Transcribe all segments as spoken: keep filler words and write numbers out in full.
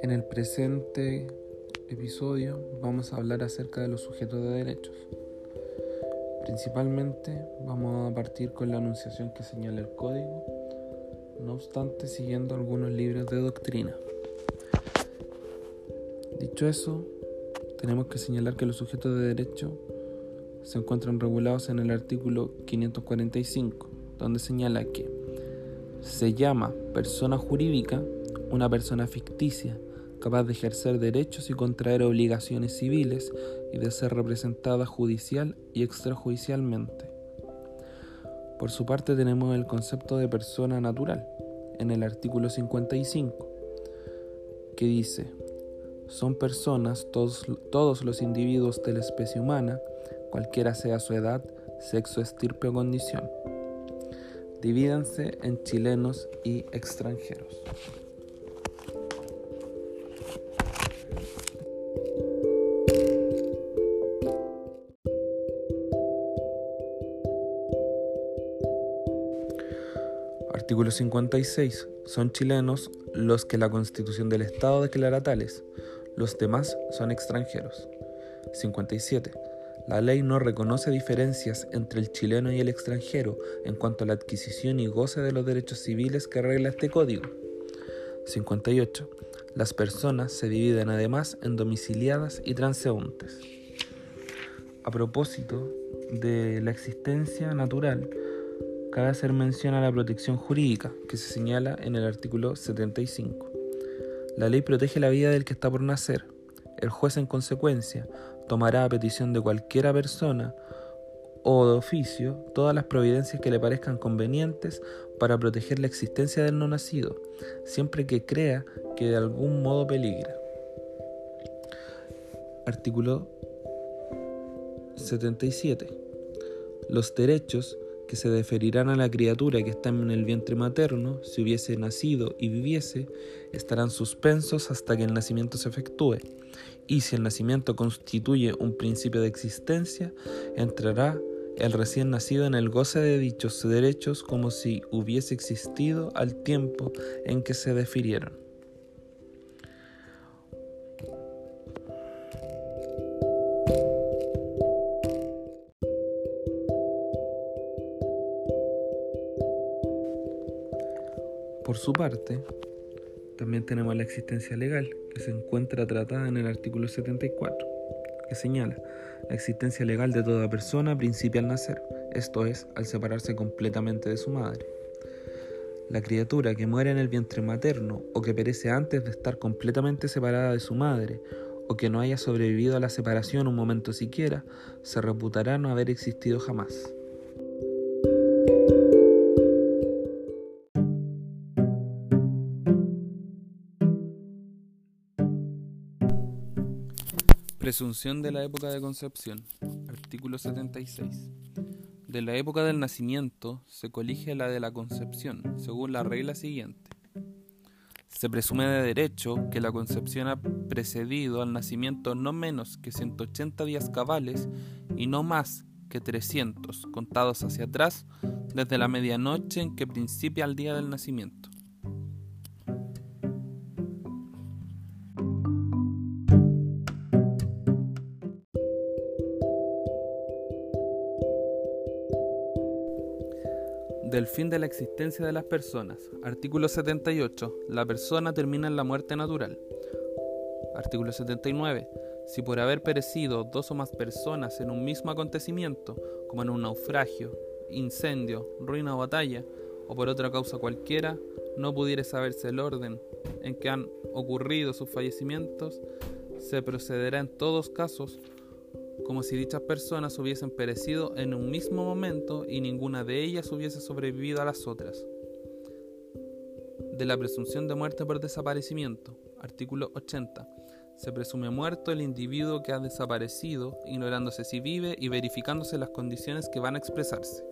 En el presente episodio vamos a hablar acerca de los sujetos de derechos. Principalmente vamos a partir con la enunciación que señala el código, no obstante siguiendo algunos libros de doctrina. Dicho eso, tenemos que señalar que los sujetos de derecho se encuentran regulados en el artículo quinientos cuarenta y cinco, donde señala que se llama persona jurídica una persona ficticia capaz de ejercer derechos y contraer obligaciones civiles y de ser representada judicial y extrajudicialmente. Por su parte tenemos el concepto de persona natural en el artículo cincuenta y cinco, que dice: son personas todos, todos los individuos de la especie humana, cualquiera sea su edad, sexo, estirpe o condición. Divídanse en chilenos y extranjeros. Artículo cincuenta y seis. Son chilenos los que la Constitución del Estado declara tales. Los demás son extranjeros. cincuenta y siete. La ley no reconoce diferencias entre el chileno y el extranjero en cuanto a la adquisición y goce de los derechos civiles que regla este código. cincuenta y ocho. Las personas se dividen además en domiciliadas y transeúntes. A propósito de la existencia natural, cabe hacer mención a la protección jurídica, que se señala en el artículo setenta y cinco. La ley protege la vida del que está por nacer. El juez, en consecuencia, tomará a petición de cualquiera persona o de oficio todas las providencias que le parezcan convenientes para proteger la existencia del no nacido, siempre que crea que de algún modo peligra. Artículo setenta y siete. Los derechos que se deferirán a la criatura que está en el vientre materno, si hubiese nacido y viviese, estarán suspensos hasta que el nacimiento se efectúe, y si el nacimiento constituye un principio de existencia, entrará el recién nacido en el goce de dichos derechos como si hubiese existido al tiempo en que se defirieron. Por su parte, también tenemos la existencia legal, que se encuentra tratada en el artículo setenta y cuatro, que señala: la existencia legal de toda persona principia al nacer, esto es, al separarse completamente de su madre. La criatura que muere en el vientre materno o que perece antes de estar completamente separada de su madre, o que no haya sobrevivido a la separación un momento siquiera, se reputará no haber existido jamás. Presunción de la época de concepción. Artículo setenta y seis. De la época del nacimiento se colige la de la concepción, según la regla siguiente. Se presume de derecho que la concepción ha precedido al nacimiento no menos que ciento ochenta días cabales y no más que trescientos, contados hacia atrás, desde la medianoche en que principia el día del nacimiento. Del fin de la existencia de las personas. Artículo setenta y ocho. La persona termina en la muerte natural. Artículo setenta y nueve. Si por haber perecido dos o más personas en un mismo acontecimiento, como en un naufragio, incendio, ruina o batalla, o por otra causa cualquiera, no pudiere saberse el orden en que han ocurrido sus fallecimientos, se procederá en todos casos como si dichas personas hubiesen perecido en un mismo momento y ninguna de ellas hubiese sobrevivido a las otras. De la presunción de muerte por desaparecimiento. Artículo ochenta. Se presume muerto el individuo que ha desaparecido, ignorándose si vive y verificándose las condiciones que van a expresarse.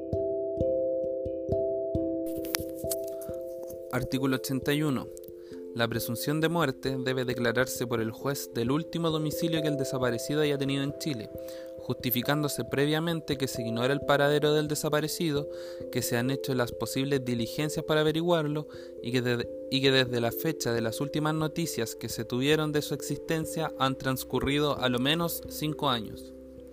Artículo ochenta y uno. La presunción de muerte debe declararse por el juez del último domicilio que el desaparecido haya tenido en Chile, justificándose previamente que se ignora el paradero del desaparecido, que se han hecho las posibles diligencias para averiguarlo y que, de, y que desde la fecha de las últimas noticias que se tuvieron de su existencia han transcurrido a lo menos cinco años.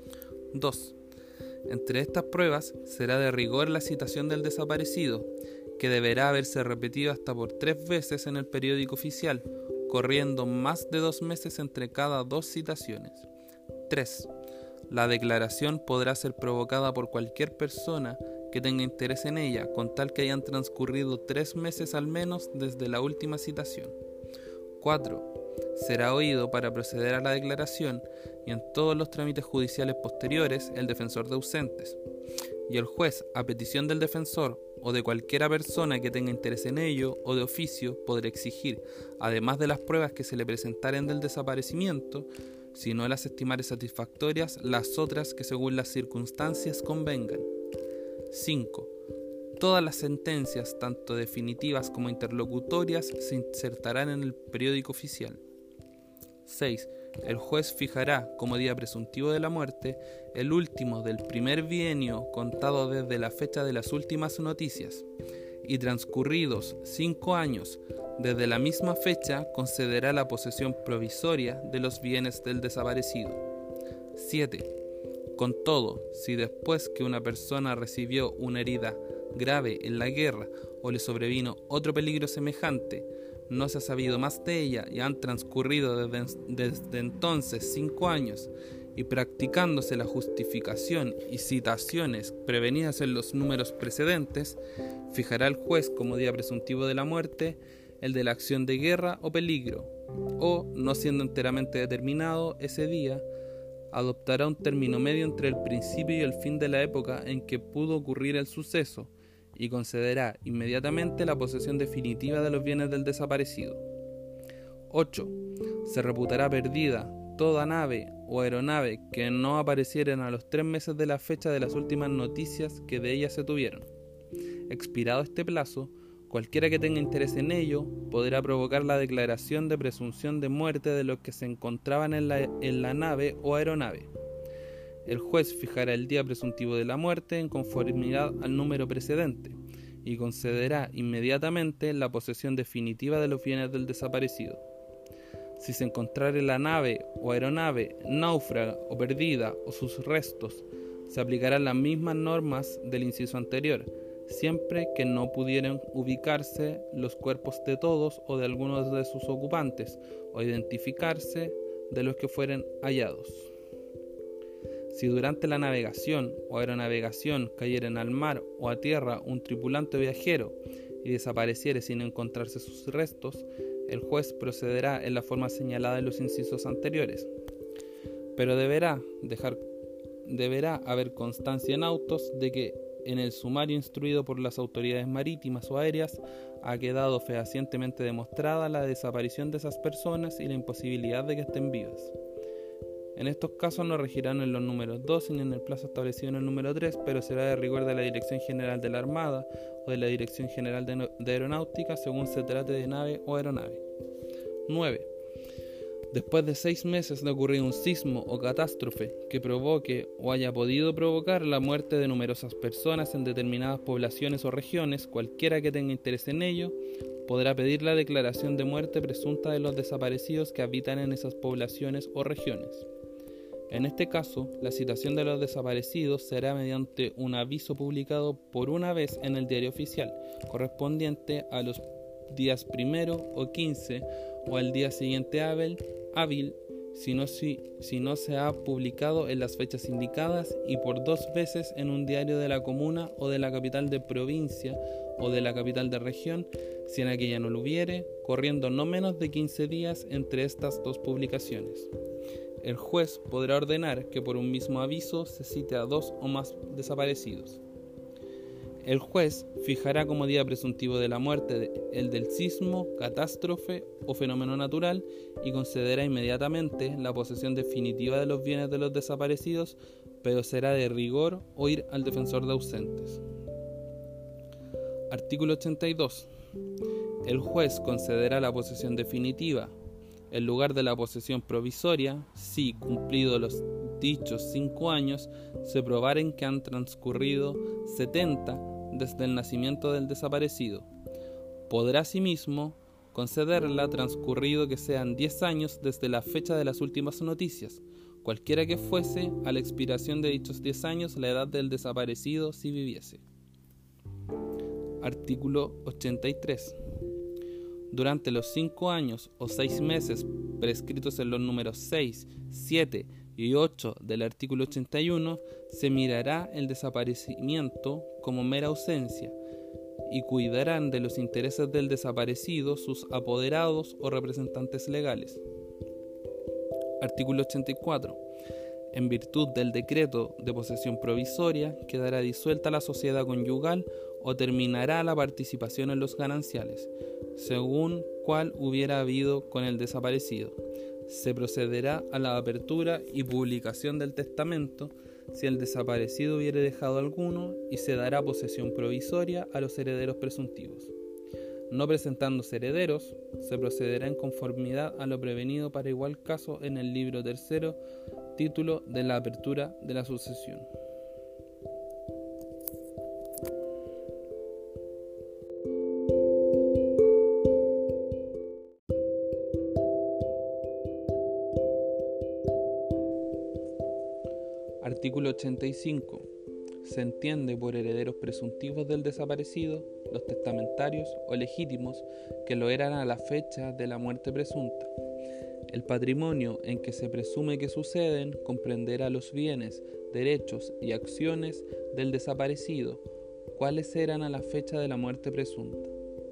dos. Entre estas pruebas será de rigor la citación del desaparecido, que deberá haberse repetido hasta por tres veces en el periódico oficial, corriendo más de dos meses entre cada dos citaciones. tres. La declaración podrá ser provocada por cualquier persona que tenga interés en ella, con tal que hayan transcurrido tres meses al menos desde la última citación. cuatro. Será oído para proceder a la declaración y en todos los trámites judiciales posteriores el defensor de ausentes. Y el juez, a petición del defensor o de cualquiera persona que tenga interés en ello o de oficio, podrá exigir, además de las pruebas que se le presentaren del desaparecimiento, si no las estimare satisfactorias, las otras que según las circunstancias convengan. cinco. Todas las sentencias, tanto definitivas como interlocutorias, se insertarán en el periódico oficial. seis. El juez fijará como día presuntivo de la muerte el último del primer bienio contado desde la fecha de las últimas noticias, y transcurridos cinco años desde la misma fecha concederá la posesión provisoria de los bienes del desaparecido. siete. Con todo, si después que una persona recibió una herida grave en la guerra o le sobrevino otro peligro semejante, no se ha sabido más de ella y han transcurrido desde, desde entonces cinco años, y practicándose la justificación y citaciones prevenidas en los números precedentes, fijará el juez como día presuntivo de la muerte el de la acción de guerra o peligro, o, no siendo enteramente determinado ese día, adoptará un término medio entre el principio y el fin de la época en que pudo ocurrir el suceso, y concederá inmediatamente la posesión definitiva de los bienes del desaparecido. ocho. Se reputará perdida toda nave o aeronave que no aparecieran a los tres meses de la fecha de las últimas noticias que de ella se tuvieron. Expirado este plazo, cualquiera que tenga interés en ello podrá provocar la declaración de presunción de muerte de los que se encontraban en la, en la nave o aeronave. El juez fijará el día presuntivo de la muerte en conformidad al número precedente y concederá inmediatamente la posesión definitiva de los bienes del desaparecido. Si se encontrare la nave o aeronave náufraga o perdida o sus restos, se aplicarán las mismas normas del inciso anterior, siempre que no pudieran ubicarse los cuerpos de todos o de algunos de sus ocupantes o identificarse de los que fueren hallados. Si durante la navegación o aeronavegación cayeren al mar o a tierra un tripulante o viajero y desapareciere sin encontrarse sus restos, el juez procederá en la forma señalada en los incisos anteriores, pero deberá, dejar, deberá haber constancia en autos de que en el sumario instruido por las autoridades marítimas o aéreas ha quedado fehacientemente demostrada la desaparición de esas personas y la imposibilidad de que estén vivas. En estos casos no regirán en los números dos ni en el plazo establecido en el número tres, pero será de rigor de la Dirección General de la Armada o de la Dirección General de, no- de Aeronáutica según se trate de nave o aeronave. nueve. Después de seis meses de ocurrir un sismo o catástrofe que provoque o haya podido provocar la muerte de numerosas personas en determinadas poblaciones o regiones, cualquiera que tenga interés en ello podrá pedir la declaración de muerte presunta de los desaparecidos que habitan en esas poblaciones o regiones. En este caso, la citación de los desaparecidos será mediante un aviso publicado por una vez en el diario oficial, correspondiente a los días primero o quince o al día siguiente hábil, hábil si, no, si, si no se ha publicado en las fechas indicadas, y por dos veces en un diario de la comuna o de la capital de provincia o de la capital de región, si en aquella no lo hubiere, corriendo no menos de quince días entre estas dos publicaciones. El juez podrá ordenar que por un mismo aviso se cite a dos o más desaparecidos. El juez fijará como día presuntivo de la muerte el del sismo, catástrofe o fenómeno natural y concederá inmediatamente la posesión definitiva de los bienes de los desaparecidos, pero será de rigor oír al defensor de ausentes. Artículo ochenta y dos. El juez concederá la posesión definitiva en lugar de la posesión provisoria si, cumplidos los dichos cinco años, se probaren que han transcurrido setenta desde el nacimiento del desaparecido. Podrá asimismo concederla transcurrido que sean diez años desde la fecha de las últimas noticias, cualquiera que fuese a la expiración de dichos diez años la edad del desaparecido si viviese. Artículo ochenta y tres. Durante los cinco años o seis meses prescritos en los números seis, siete y ocho del artículo ochenta y uno, se mirará el desaparecimiento como mera ausencia y cuidarán de los intereses del desaparecido sus apoderados o representantes legales. Artículo ochenta y cuatro. En virtud del decreto de posesión provisoria, quedará disuelta la sociedad conyugal o terminará la participación en los gananciales, según cual hubiera habido con el desaparecido. Se procederá a la apertura y publicación del testamento si el desaparecido hubiere dejado alguno y se dará posesión provisoria a los herederos presuntivos. No presentándose herederos, se procederá en conformidad a lo prevenido para igual caso en el libro tercero, título de la apertura de la sucesión. Artículo ochenta y cinco. Se entiende por herederos presuntivos del desaparecido los testamentarios o legítimos que lo eran a la fecha de la muerte presunta. El patrimonio en que se presume que suceden comprenderá los bienes, derechos y acciones del desaparecido, cuáles eran a la fecha de la muerte presunta.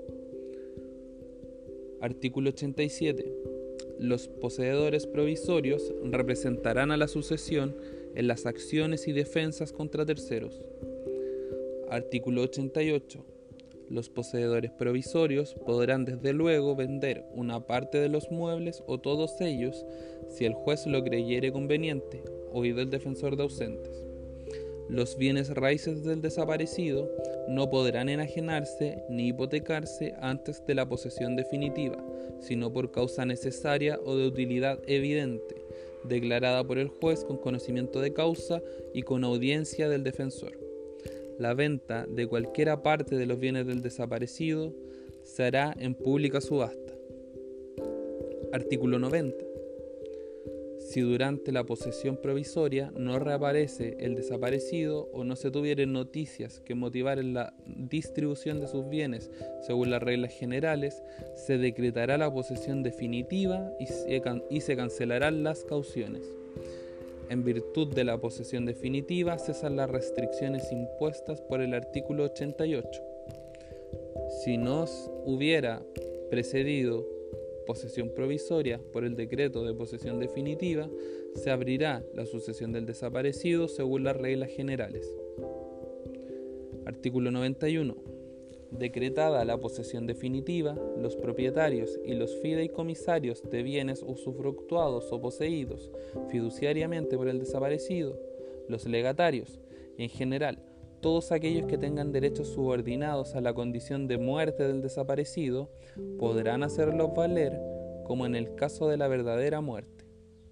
Artículo ochenta y siete. Los poseedores provisorios representarán a la sucesión en las acciones y defensas contra terceros. Artículo ochenta y ocho. Los poseedores provisorios podrán desde luego vender una parte de los muebles o todos ellos si el juez lo creyere conveniente, oído el defensor de ausentes. Los bienes raíces del desaparecido no podrán enajenarse ni hipotecarse antes de la posesión definitiva, sino por causa necesaria o de utilidad evidente, declarada por el juez con conocimiento de causa y con audiencia del defensor. La venta de cualquiera parte de los bienes del desaparecido se hará en pública subasta. Artículo noventa. Si durante la posesión provisoria no reaparece el desaparecido o no se tuvieren noticias que motivaren la distribución de sus bienes según las reglas generales, se decretará la posesión definitiva y se, can- y se cancelarán las cauciones. En virtud de la posesión definitiva cesan las restricciones impuestas por el artículo ochenta y ocho. Si nos hubiera precedido posesión provisoria por el decreto de posesión definitiva, se abrirá la sucesión del desaparecido según las reglas generales. Artículo noventa y uno. Decretada la posesión definitiva, los propietarios y los fideicomisarios de bienes usufructuados o poseídos fiduciariamente por el desaparecido, los legatarios, en general, todos aquellos que tengan derechos subordinados a la condición de muerte del desaparecido, podrán hacerlos valer como en el caso de la verdadera muerte.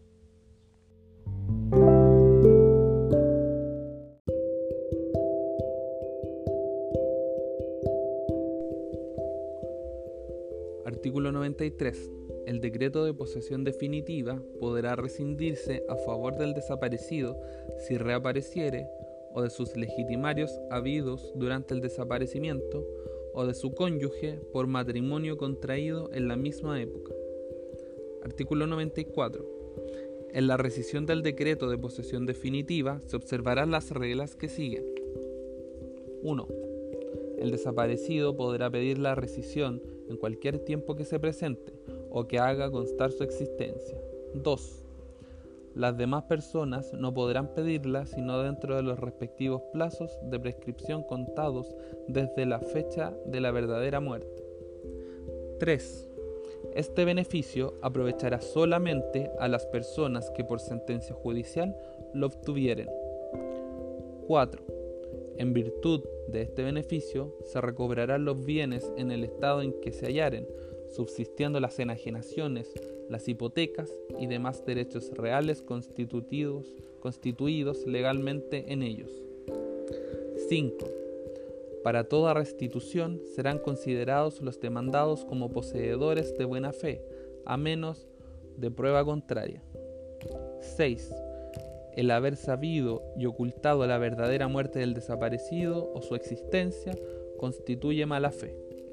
Artículo noventa y tres. El decreto de posesión definitiva podrá rescindirse a favor del desaparecido si reapareciere, o de sus legitimarios habidos durante el desaparecimiento, o de su cónyuge por matrimonio contraído en la misma época. Artículo noventa y cuatro. En la rescisión del decreto de posesión definitiva se observarán las reglas que siguen. uno. El desaparecido podrá pedir la rescisión en cualquier tiempo que se presente o que haga constar su existencia. dos. Las demás personas no podrán pedirla sino dentro de los respectivos plazos de prescripción contados desde la fecha de la verdadera muerte. tres. Este beneficio aprovechará solamente a las personas que por sentencia judicial lo obtuvieren. cuatro. En virtud de este beneficio, se recobrarán los bienes en el estado en que se hallaren, subsistiendo las enajenaciones, las hipotecas y demás derechos reales constituidos, constituidos legalmente en ellos. cinco. Para toda restitución serán considerados los demandados como poseedores de buena fe, a menos de prueba contraria. seis. El haber sabido y ocultado la verdadera muerte del desaparecido o su existencia constituye mala fe.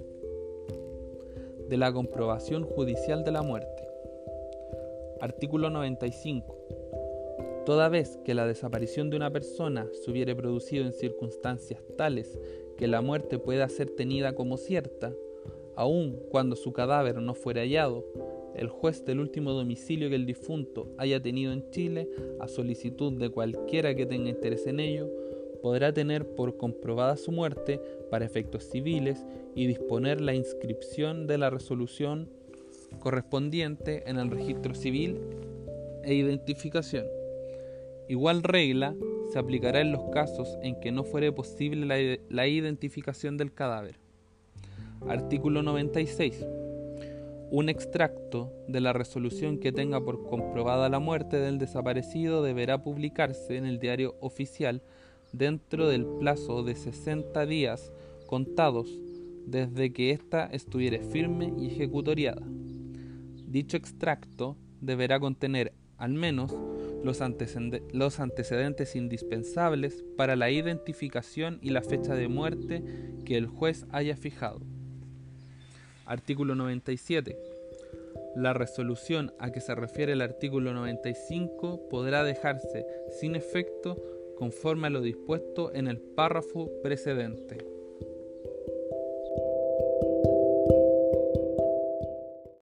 De la comprobación judicial de la muerte. Artículo noventa y cinco. Toda vez que la desaparición de una persona se hubiere producido en circunstancias tales que la muerte pueda ser tenida como cierta, aun cuando su cadáver no fuera hallado, el juez del último domicilio que el difunto haya tenido en Chile, a solicitud de cualquiera que tenga interés en ello, podrá tener por comprobada su muerte para efectos civiles y disponer la inscripción de la resolución correspondiente en el registro civil e identificación. Igual regla se aplicará en los casos en que no fuere posible la, la identificación del cadáver. Artículo noventa y seis. Un extracto de la resolución que tenga por comprobada la muerte del desaparecido deberá publicarse en el diario oficial dentro del plazo de sesenta días contados desde que ésta estuviere firme y ejecutoriada. Dicho extracto deberá contener al menos los antecedentes, los antecedentes indispensables para la identificación y la fecha de muerte que el juez haya fijado. Artículo noventa y siete. La resolución a que se refiere el artículo noventa y cinco podrá dejarse sin efecto conforme a lo dispuesto en el párrafo precedente.